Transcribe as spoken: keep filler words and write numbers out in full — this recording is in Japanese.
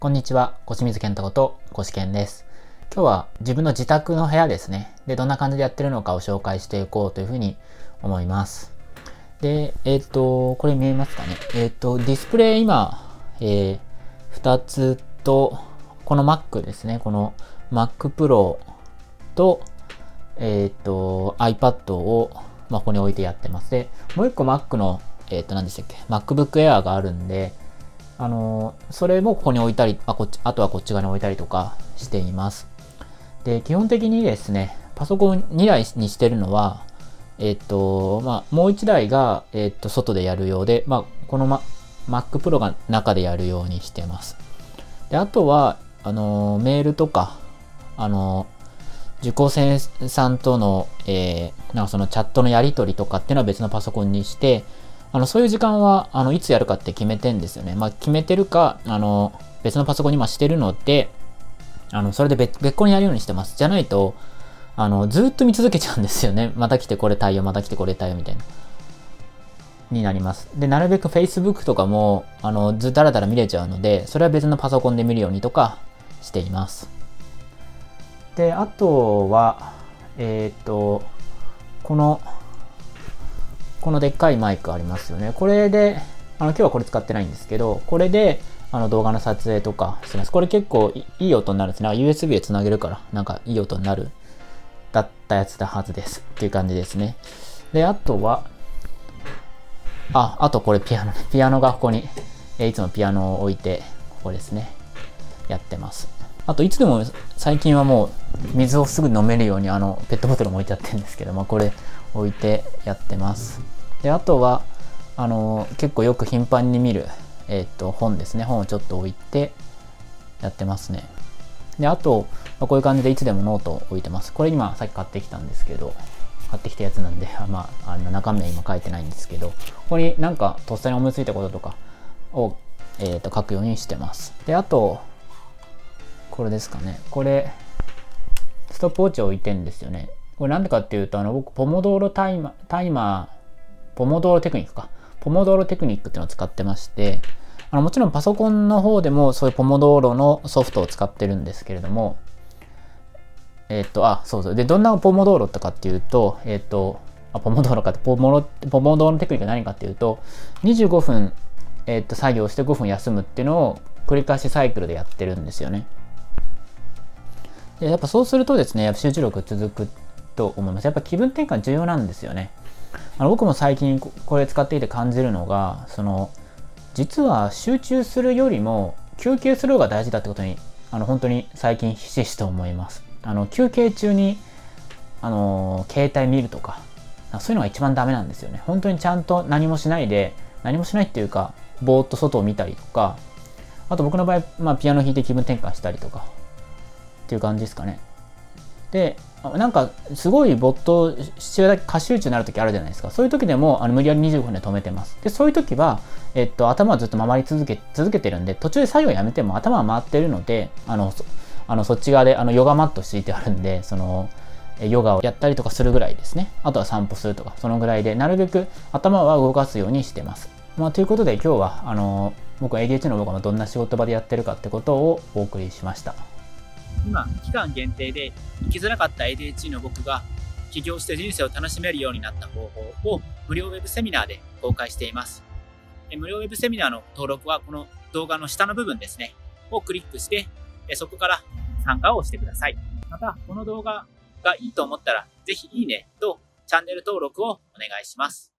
こんにちは、小清水健太こと小志健です。今日は自分の自宅の部屋ですね。で、どんな感じでやってるのかを紹介していこうというふうに思います。で、えっと、これ見えますかね。えっと、ディスプレイ今、えー、ふたつと、この Mac ですね。この Mac Pro と、えっと、iPad を、まあ、ここに置いてやってます。で、もう一個 Mac の、えっと、何でしたっけ ?MacBook Air があるんで、あのそれもここに置いたりあこっちあとはこっち側に置いたりとかしています。で基本的にですねパソコンにだいにしてるのはえっとまあもういちだいが、えっと外でやるようで、まあ、この、ま、Mac Pro が中でやるようにしてます。であとはあのメールとかあの受講生さんとの、えー、なんかそのチャットのやり取りとかっていうのは別のパソコンにしてあのそういう時間はあのいつやるかって決めてんですよね。まあ、決めてるかあの別のパソコンに今してるのであのそれで 別, 別個にやるようにしてます。じゃないとあのずっと見続けちゃうんですよね。また来てこれ対応また来てこれ対応みたいなになります。でなるべく Facebook とかもあのずっとだらだら見れちゃうのでそれは別のパソコンで見るようにとかしています。であとはえっ、ー、とこのこのでっかいマイクありますよね。これで、あの今日はこれ使ってないんですけど、これであの動画の撮影とかしてます。これ結構いい音になるんですね。ユーエスビー でつなげるから、なんかいい音になる、だったやつだはずです。っていう感じですね。で、あとは、あ、あとこれピアノね。ピアノがここに、えいつもピアノを置いて、ここですね。やってます。あといつでも最近はもう水をすぐ飲めるようにあのペットボトルも置いてあってるんですけども、これ置いてやってます。であとはあの結構よく頻繁に見る、えー、と本ですね。本をちょっと置いてやってますね。であと、まあ、こういう感じでいつでもノートを置いてます。これ今さっき買ってきたんですけど買ってきたやつなんで、まあ、あの中身は今書いてないんですけど、ここになんかとっさに思いついたこととかを、えー、と書くようにしてます。であとこれですかね。これストップウォッチを置いてんですよね。これなんでかっていうと、あの僕ポモドーロタイマー、タイマー、ポモドーロテクニックか。ポモドーロテクニックっていうのを使ってまして、あのもちろんパソコンの方でもそういうポモドーロのソフトを使ってるんですけれども、えっ、ー、と、あ、そうそう。で、どんなポモドーロとかっていうと、えっ、ー、と、あポモドーロかってポモロ、ポモドーロテクニックは何かっていうと、にじゅうごふん、えっ、ー、と、作業してごふん休むっていうのを繰り返しサイクルでやってるんですよね。でやっぱそうするとですね、やっぱ集中力続くと思います。やっぱ気分転換重要なんですよね。あの僕も最近これ使っていて感じるのが、その実は集中するよりも休憩する方が大事だってことにあの本当に最近ひしひしと思います。あの休憩中にあの携帯見るとかそういうのが一番ダメなんですよね。本当にちゃんと何もしないで何もしないっていうかぼーっと外を見たりとか、あと僕の場合、まあ、ピアノ弾いて気分転換したりとかっていう感じですかね。でなんかすごい没頭してるだけ過集中になる時あるじゃないですか。そういう時でもあの無理やりにじゅうごふんで止めてます。でそういう時は、えっと、頭はずっと回り続け続けてるんで、途中で作業やめても頭は回ってるので、あの そ, あのそっち側であのヨガマット敷いてあるんで、そのヨガをやったりとかするぐらいですね。あとは散歩するとかそのぐらいでなるべく頭は動かすようにしてます。まあ、ということで今日はあの僕は エーディーエイチディー の僕がどんな仕事場でやってるかってことをお送りしました。 今、期間限定で生きづらかった エーディーエイチディー の僕が起業して人生を楽しめるようになった方法を無料ウェブセミナーで公開しています。無料ウェブセミナーの登録はこの動画の下の部分ですね、をクリックして、そこから参加をしてください。また、この動画がいいと思ったら、ぜひいいねとチャンネル登録をお願いします。